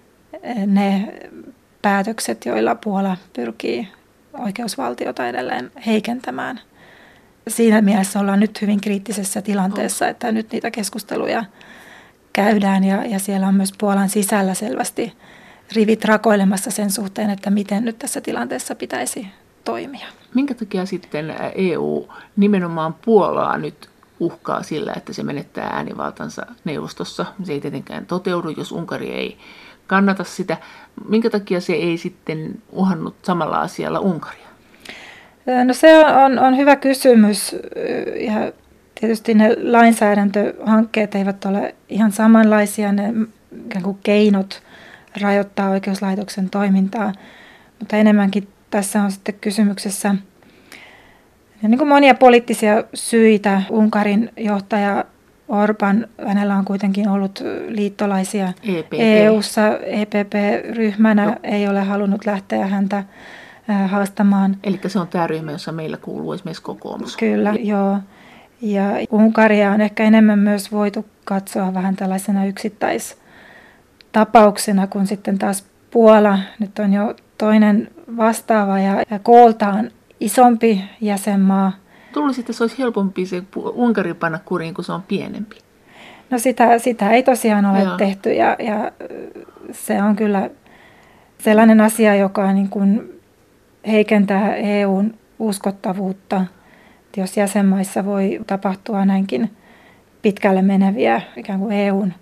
ne päätökset, joilla Puola pyrkii oikeusvaltiota edelleen heikentämään. Siinä mielessä ollaan nyt hyvin kriittisessä tilanteessa, että nyt niitä keskusteluja käydään ja, ja siellä on myös Puolan sisällä selvästi rivit rakoilemassa sen suhteen, että miten nyt tässä tilanteessa pitäisi toimia. Minkä takia sitten E U nimenomaan Puolaa nyt uhkaa sillä, että se menettää äänivaltansa neuvostossa? Se ei tietenkään toteudu, jos Unkari ei kannata sitä. Minkä takia se ei sitten uhannut samalla asialla Unkaria? No se on, on hyvä kysymys ja tietysti ne lainsäädäntöhankkeet eivät ole ihan samanlaisia, ne ikään kuin keinot rajoittaa oikeuslaitoksen toimintaa mutta enemmänkin tässä on sitten kysymyksessä niin kuin monia poliittisia syitä. Unkarin johtaja Orban, hänellä on kuitenkin ollut liittolaisia E P P. E U:ssa, E P P-ryhmänä Joo. ei ole halunnut lähteä häntä haastamaan. Eli se on tämä ryhmä, jossa meillä kuuluu esimerkiksi kokoomus. Kyllä, joo. Ja Unkaria on ehkä enemmän myös voitu katsoa vähän tällaisena yksittäistapauksena, kun sitten taas Puola nyt on jo toinen vastaava ja kooltaan isompi jäsenmaa. Luulisin, että se olisi helpompi se Unkari panna kuriin, kun se on pienempi. No sitä, sitä ei tosiaan ole Joo. tehty ja, ja se on kyllä sellainen asia, joka niin kuin heikentää E U:n uskottavuutta. Että jos jäsenmaissa voi tapahtua näinkin pitkälle meneviä ikään kuin E U:n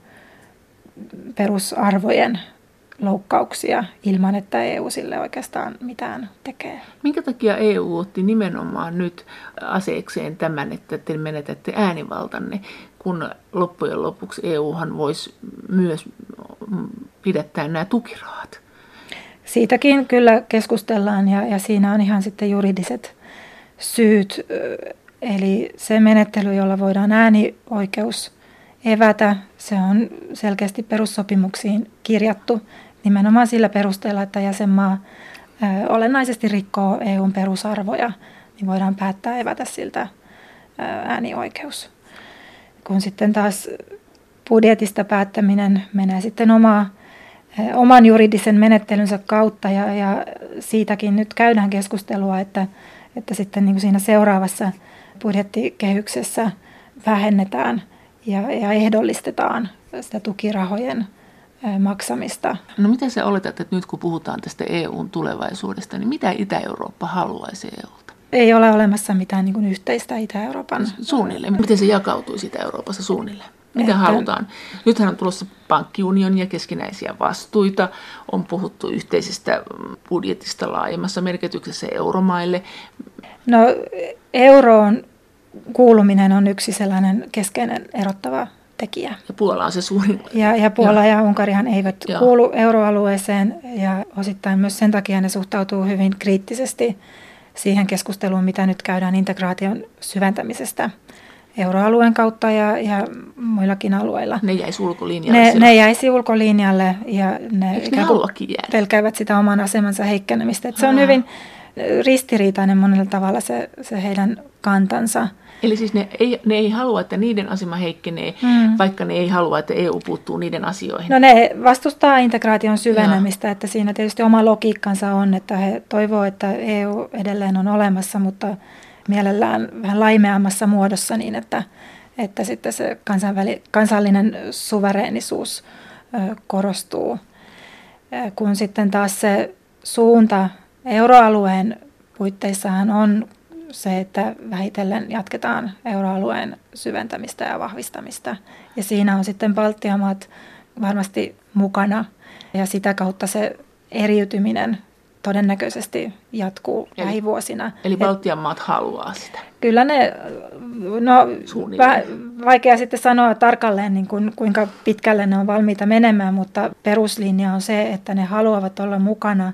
perusarvojen loukkauksia ilman, että E U sille oikeastaan mitään tekee. Minkä takia E U otti nimenomaan nyt aseekseen tämän, että te menetätte äänivaltanne, kun loppujen lopuksi E Uhan voisi myös pidättää nämä tukirahat? Siitäkin kyllä keskustellaan ja, ja siinä on ihan sitten juridiset syyt. Eli se menettely, jolla voidaan äänioikeus evätä, se on selkeästi perussopimuksiin kirjattu nimenomaan sillä perusteella, että jäsenmaa ö, olennaisesti rikkoo E U:n perusarvoja, niin voidaan päättää evätä siltä ö, äänioikeus. Kun sitten taas budjetista päättäminen menee sitten omaa, ö, oman juridisen menettelynsä kautta ja, ja siitäkin nyt käydään keskustelua, että, että sitten niin kuin siinä seuraavassa budjettikehyksessä vähennetään ja, ja ehdollistetaan sitä tukirahojen maksamista. No mitä sä oletat, että nyt kun puhutaan tästä E U:n tulevaisuudesta, niin mitä Itä-Eurooppa haluaisi E U:lta? Ei ole olemassa mitään niin kuin yhteistä Itä-Euroopan. Suunnilleen. Miten se jakautuisi Itä-Euroopassa suunnilleen? Mitä Että halutaan? Nythän on tulossa pankkiunion ja keskinäisiä vastuita. On puhuttu yhteisestä budjetista laajemmassa merkityksessä euromaille. No, euroon kuuluminen on yksi sellainen keskeinen erottava tekijä. Ja Puola on se suurin. Ja, ja Puola ja, ja Unkarihan eivät Joo. kuulu euroalueeseen ja osittain myös sen takia ne suhtautuu hyvin kriittisesti siihen keskusteluun, mitä nyt käydään integraation syventämisestä euroalueen kautta ja, ja muillakin alueilla. Ne jäisi ulkolinjalle. Ne, ne jäisi ulkolinjalle ja ne, Eikö ne haluakin jäädä? pelkäävät sitä oman asemansa heikkenemistä. Että se on hyvin ristiriitainen monella tavalla se, se heidän kantansa. Eli siis ne ei, ne ei halua, että niiden asema heikkenee, mm. vaikka ne ei halua, että E U puuttuu niiden asioihin. No ne vastustaa integraation syvenemistä, että siinä tietysti oma logiikkansa on, että he toivoo, että E U edelleen on olemassa, mutta mielellään vähän laimeammassa muodossa niin, että, että sitten se kansainväli, kansallinen suvereenisuus ö, korostuu. Kun sitten taas se suunta euroalueen puitteissahan on se, että vähitellen jatketaan euroalueen syventämistä ja vahvistamista. Ja siinä on sitten Baltian maat varmasti mukana ja sitä kautta se eriytyminen todennäköisesti jatkuu eli, lähivuosina. Eli Baltian maat haluaa sitä? Kyllä ne, no va, vaikea sitten sanoa tarkalleen niin kuin, kuinka pitkälle ne on valmiita menemään, mutta peruslinja on se, että ne haluavat olla mukana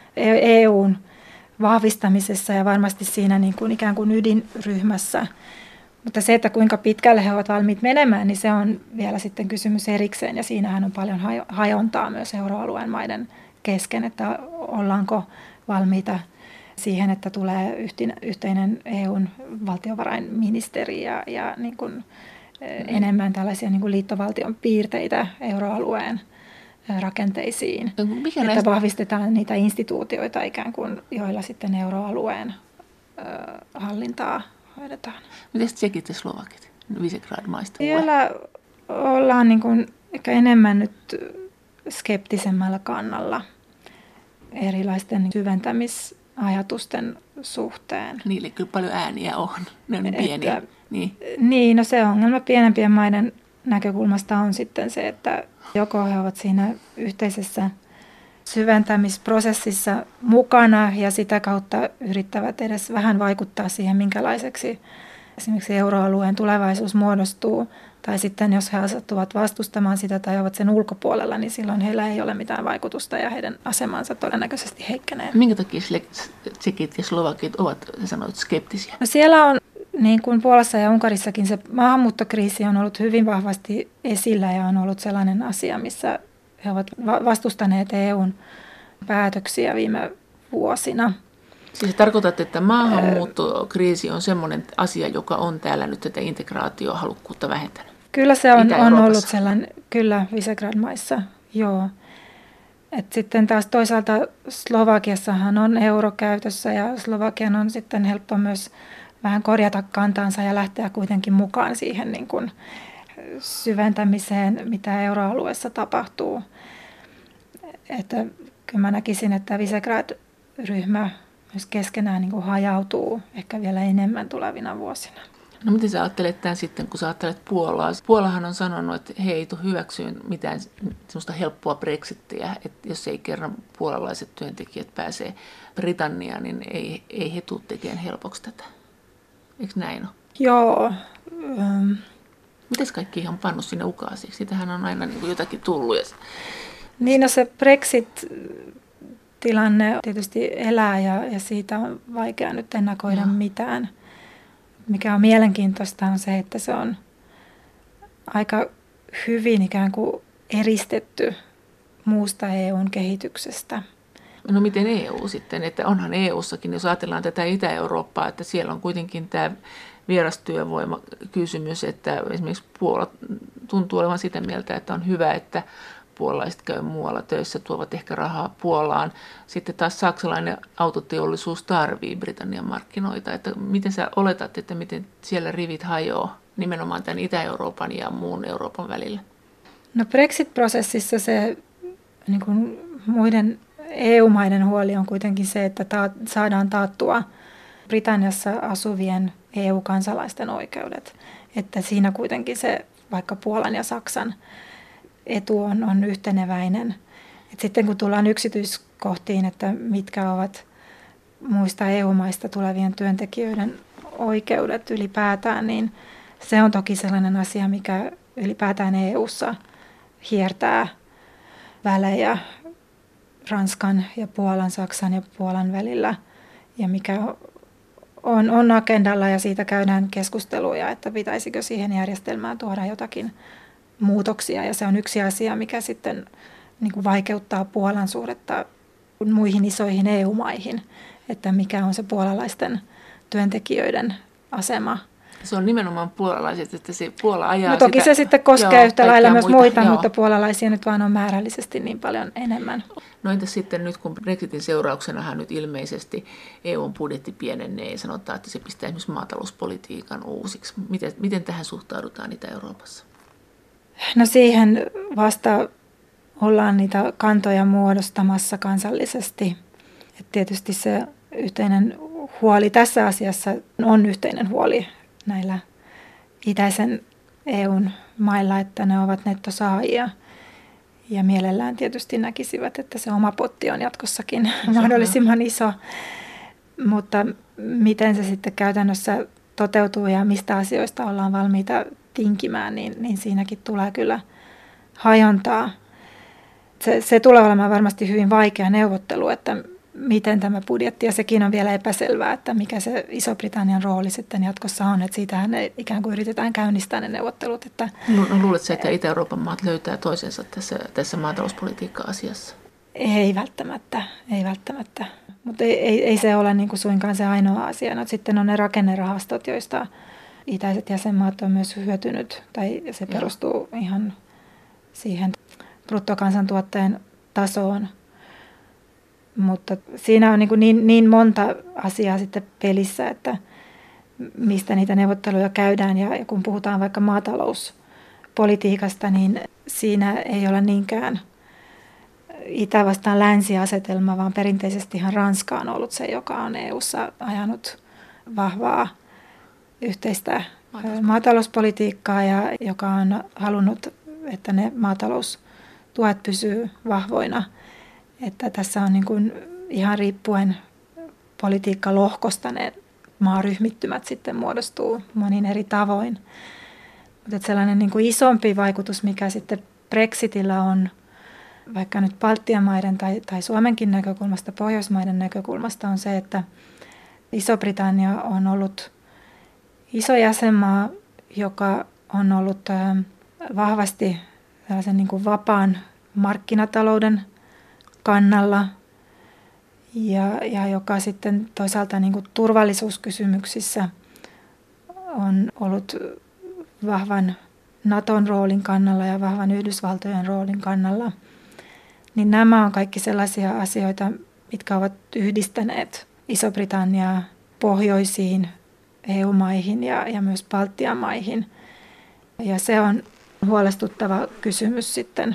E U:n vahvistamisessa ja varmasti siinä niin kuin ikään kuin ydinryhmässä. Mutta se, että kuinka pitkälle he ovat valmiit menemään, niin se on vielä sitten kysymys erikseen. Ja siinähän on paljon hajontaa myös euroalueen maiden kesken, että ollaanko valmiita siihen, että tulee yhteinen E U:n valtiovarainministeri ja, ja niin kuin enemmän tällaisia niin kuin liittovaltion piirteitä euroalueen rakenteisiin, Mikä että näistä vahvistetaan niitä instituutioita ikään kuin, joilla sitten euroalueen ö, hallintaa hoidetaan. Miten tsekit ja slovakit, Visegrad-maista? Siellä ollaan niin kuin ehkä enemmän nyt skeptisemmällä kannalla erilaisten syventämisajatusten suhteen. Niille kyllä paljon ääniä on, ne on niin pieniä. Että, niin. niin, no se ongelma pienempien maiden näkökulmasta on sitten se, että joko he ovat siinä yhteisessä syventämisprosessissa mukana ja sitä kautta yrittävät edes vähän vaikuttaa siihen, minkälaiseksi esimerkiksi euroalueen tulevaisuus muodostuu, tai sitten jos he asettuvat vastustamaan sitä tai ovat sen ulkopuolella, niin silloin heillä ei ole mitään vaikutusta ja heidän asemansa todennäköisesti heikkenee. Minkä takia tsekit ja slovakit ovat, sanoit, skeptisiä? No siellä on, niin kuin Puolassa ja Unkarissakin, se maahanmuuttokriisi on ollut hyvin vahvasti esillä ja on ollut sellainen asia, missä he ovat vastustaneet E U:n päätöksiä viime vuosina. Siis tarkoitat, että maahanmuuttokriisi on semmoinen asia, joka on täällä nyt tätä integraatiohalukkuutta vähentänyt? Kyllä se on, on ollut sellainen, kyllä Visegrad-maissa, joo. Et sitten taas toisaalta Slovakiassahan on euro käytössä ja Slovakian on sitten helppo myös vähän korjata kantansa ja lähteä kuitenkin mukaan siihen niin kuin syventämiseen, mitä euroalueessa tapahtuu. Että kyllä mä näkisin, että Visegrad-ryhmä myös keskenään niin kuin hajautuu ehkä vielä enemmän tulevina vuosina. No miten sä ajattelet tämän sitten, kun sä ajattelet Puolaa? Puolahan on sanonut, että he ei tule hyväksyä mitään semmoista helppoa brexittiä, että jos ei kerran puolalaiset työntekijät pääsee Britanniaan, niin ei, ei he tule tekemään helpoksi tätä. Eikö näin ole? Joo. Um... Mites kaikki on pannut sinne ukaasiksi? Sitähän on aina niin kuin jotakin tullut. Ja... Niin, no se Brexit-tilanne tietysti elää ja, ja siitä on vaikea nyt ennakoida no. mitään. Mikä on mielenkiintoista on se, että se on aika hyvin ikään kuin eristetty muusta E U:n kehityksestä. No miten E U sitten? Että onhan E U:ssakin, jos ajatellaan tätä Itä-Eurooppaa, että siellä on kuitenkin tämä vierastyövoimakysymys, että esimerkiksi Puola tuntuu olevan sitä mieltä, että on hyvä, että puolalaiset käy muualla töissä, tuovat ehkä rahaa Puolaan. Sitten taas saksalainen autoteollisuus tarvii Britannian markkinoita. Että miten sä oletat, että miten siellä rivit hajoaa nimenomaan tämän Itä-Euroopan ja muun Euroopan välillä? No Brexit-prosessissa se niin kuin muiden E U-maiden huoli on kuitenkin se, että ta- saadaan taattua Britanniassa asuvien E U-kansalaisten oikeudet. Että siinä kuitenkin se vaikka Puolan ja Saksan etu on, on yhteneväinen. Et sitten kun tullaan yksityiskohtiin, että mitkä ovat muista E U-maista tulevien työntekijöiden oikeudet ylipäätään, niin se on toki sellainen asia, mikä ylipäätään E U:ssa hiertää välejä Ranskan ja Puolan, Saksan ja Puolan välillä, ja mikä on, on agendalla ja siitä käydään keskusteluja, että pitäisikö siihen järjestelmään tuoda jotakin muutoksia, ja se on yksi asia, mikä sitten niin kuin vaikeuttaa Puolan suhdetta muihin isoihin E U-maihin, että mikä on se puolalaisten työntekijöiden asema. Se on nimenomaan puolalaiset, että se Puola ajaa no toki sitä, se sitten koskee joo, yhtä lailla myös muita, muita joo. mutta puolalaisia nyt vaan on määrällisesti niin paljon enemmän. No entäs sitten nyt, kun Brexitin seurauksenahan nyt ilmeisesti E U:n budjetti pienenee ja sanotaan, että se pistää esimerkiksi maatalouspolitiikan uusiksi. Miten, miten tähän suhtaudutaan Itä-Euroopassa? No siihen vasta ollaan niitä kantoja muodostamassa kansallisesti. Et tietysti se yhteinen huoli tässä asiassa on yhteinen huoli näillä itäisen E U:n mailla, että ne ovat nettosaajia. Ja mielellään tietysti näkisivät, että se oma potti on jatkossakin mahdollisimman iso. Mutta miten se sitten käytännössä toteutuu ja mistä asioista ollaan valmiita tinkimään, niin, niin siinäkin tulee kyllä hajontaa. Se, se tulee olemaan varmasti hyvin vaikea neuvottelu, että miten tämä budjetti, ja sekin on vielä epäselvää, että mikä se Iso-Britannian rooli sitten jatkossa on, että siitähän ne ikään kuin yritetään käynnistää ne neuvottelut. Että, no, no luuletko, että Itä-Euroopan maat löytää toisensa tässä, tässä maatalouspolitiikka-asiassa? Ei välttämättä, ei välttämättä. Mutta ei, ei, ei se ole niin kuin suinkaan se ainoa asia. No, sitten on ne rakennerahastot, joista itäiset jäsenmaat on myös hyötynyt, tai se perustuu Joo. ihan siihen bruttokansantuotteen tasoon. Mutta siinä on niin, kuin niin, niin monta asiaa sitten pelissä, että mistä niitä neuvotteluja käydään. Ja kun puhutaan vaikka maatalouspolitiikasta, niin siinä ei ole niinkään itä vastaan länsi-asetelma, vaan perinteisesti ihan Ranska on ollut se, joka on E U:ssa ajanut vahvaa yhteistä maatalouspolitiikkaa ja joka on halunnut, että ne maataloustuet pysyy vahvoina. Että tässä on niin kuin ihan riippuen politiikkalohkosta ne maaryhmittymät sitten muodostuu monin eri tavoin. Mutta sellainen niin kuin isompi vaikutus, mikä sitten Brexitillä on, vaikka nyt Baltian maiden tai, tai Suomenkin näkökulmasta, Pohjoismaiden näkökulmasta, on se, että Iso-Britannia on ollut iso jäsenmaa, joka on ollut vahvasti tällaisen niin kuin vapaan markkinatalouden kannalla ja, ja joka sitten toisaalta niin kuin turvallisuuskysymyksissä on ollut vahvan Naton roolin kannalla ja vahvan Yhdysvaltojen roolin kannalla, niin nämä on kaikki sellaisia asioita, mitkä ovat yhdistäneet Iso-Britanniaa pohjoisiin E U-maihin ja, ja myös Baltian maihin. Ja se on huolestuttava kysymys sitten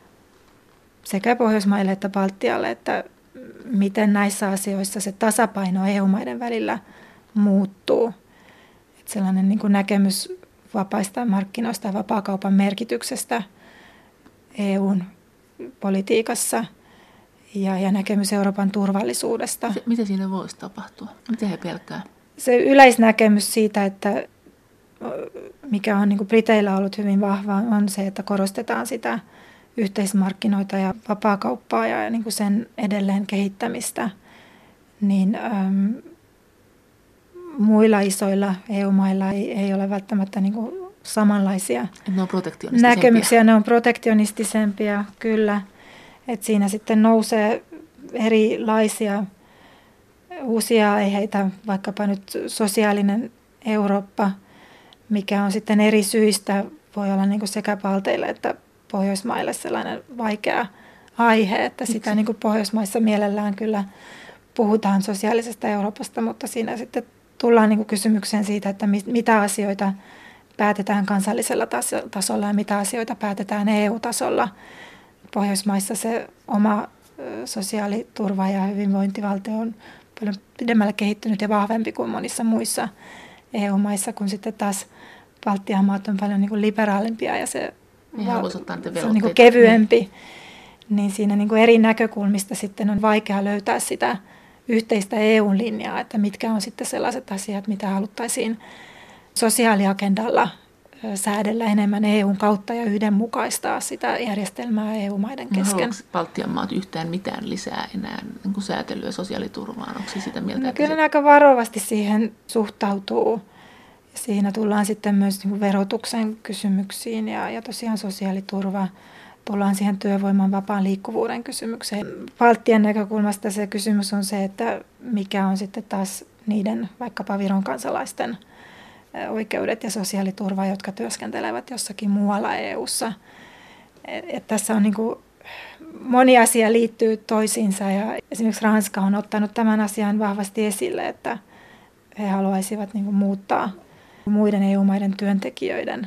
sekä Pohjoismaille että Baltialle, että miten näissä asioissa se tasapaino E U-maiden välillä muuttuu. Että sellainen niin kuin näkemys vapaista markkinoista ja vapaakaupan merkityksestä E U:n politiikassa ja, ja näkemys Euroopan turvallisuudesta. Mitä siinä voisi tapahtua? Mitä he pelkää? Se yleisnäkemys siitä, että mikä on niin kuin Briteillä ollut hyvin vahva, on se, että korostetaan sitä yhteismarkkinoita ja vapaakauppaa ja niin kuin sen edelleen kehittämistä, niin äm, muilla isoilla E U-mailla ei, ei ole välttämättä niin kuin samanlaisia ne on protektionistisempia. näkemyksiä. Ne on protektionistisempia, kyllä. Et siinä sitten nousee erilaisia uusia aiheita, vaikkapa nyt sosiaalinen Eurooppa, mikä on sitten eri syistä, voi olla niin kuin sekä Balteille että Pohjoismaille sellainen vaikea aihe, että sitä niin kuin Pohjoismaissa mielellään kyllä puhutaan sosiaalisesta Euroopasta, mutta siinä sitten tullaan niin kuin kysymykseen siitä, että mitä asioita päätetään kansallisella tasolla ja mitä asioita päätetään E U-tasolla. Pohjoismaissa se oma sosiaaliturva ja hyvinvointivaltio on paljon pidemmälle kehittynyt ja vahvempi kuin monissa muissa E U-maissa, kun sitten taas Baltian maat on paljon niin kuin liberaalimpia ja se, val- se on niin kuin kevyempi. Niin, niin siinä niin kuin eri näkökulmista sitten on vaikea löytää sitä yhteistä E U-linjaa, että mitkä on sitten sellaiset asiat, mitä haluttaisiin sosiaaliagendalla säädellä enemmän E U:n kautta ja yhdenmukaistaa sitä järjestelmää E U-maiden kesken. Haluaako Baltian maat yhtään mitään lisää enää niin kuin säätelyä sosiaaliturvaan? Onko sitä mieltä? No, kyllä se aika varovasti siihen suhtautuu. Siinä tullaan sitten myös niin kuin verotuksen kysymyksiin ja, ja tosiaan sosiaaliturva. Tullaan siihen työvoiman vapaan liikkuvuuden kysymykseen. Baltian näkökulmasta se kysymys on se, että mikä on sitten taas niiden vaikkapa Viron kansalaisten oikeudet ja sosiaaliturva, jotka työskentelevät jossakin muualla E U:ssa. Et tässä on niin kuin moni asia liittyy toisiinsa ja esimerkiksi Ranska on ottanut tämän asian vahvasti esille, että he haluaisivat niin kuin muuttaa muiden E U-maiden työntekijöiden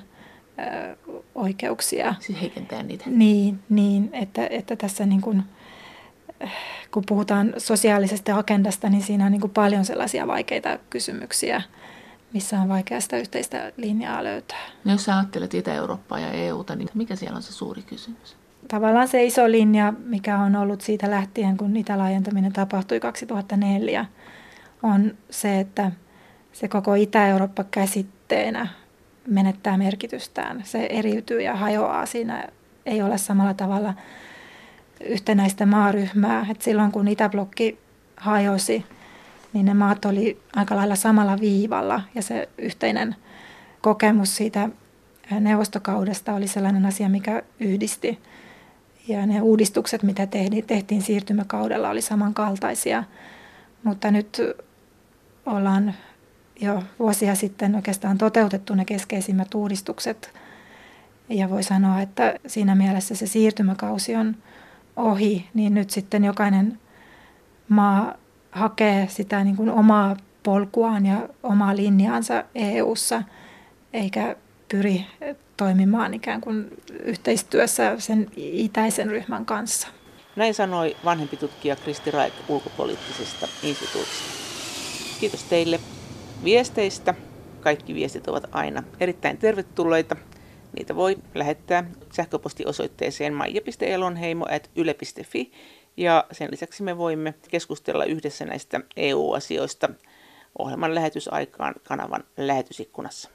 oikeuksia. Siis heikentää niitä. Niin, niin että, että tässä niin kuin, kun puhutaan sosiaalisesta agendasta, niin siinä on niin kuin paljon sellaisia vaikeita kysymyksiä, missä on vaikea sitä yhteistä linjaa löytää. No jos sä ajattelet Itä-Eurooppaa ja E U:ta, niin mikä siellä on se suuri kysymys? Tavallaan se iso linja, mikä on ollut siitä lähtien, kun itälaajentaminen tapahtui kaksituhattaneljä, on se, että se koko Itä-Eurooppa käsitteenä menettää merkitystään. Se eriytyy ja hajoaa. Siinä ei ole samalla tavalla yhtenäistä maaryhmää. Et silloin kun Itäblokki hajosi, niin ne maat oli aika lailla samalla viivalla ja se yhteinen kokemus siitä neuvostokaudesta oli sellainen asia, mikä yhdisti. Ja ne uudistukset, mitä tehtiin siirtymäkaudella, oli samankaltaisia. Mutta nyt ollaan jo vuosia sitten oikeastaan toteutettu ne keskeisimmät uudistukset. Ja voi sanoa, että siinä mielessä se siirtymäkausi on ohi, niin nyt sitten jokainen maa hakee sitä niin kuin omaa polkuaan ja omaa linjaansa E U:ssa, eikä pyri toimimaan ikään kuin yhteistyössä sen itäisen ryhmän kanssa. Näin sanoi vanhempi tutkija Kristi Raek ulkopoliittisesta instituutista. Kiitos teille viesteistä. Kaikki viestit ovat aina erittäin tervetulleita. Niitä voi lähettää sähköpostiosoitteeseen maija piste elonheimo ät yle piste fi. Ja sen lisäksi me voimme keskustella yhdessä näistä E U-asioista ohjelman lähetysaikaan kanavan lähetysikkunassa.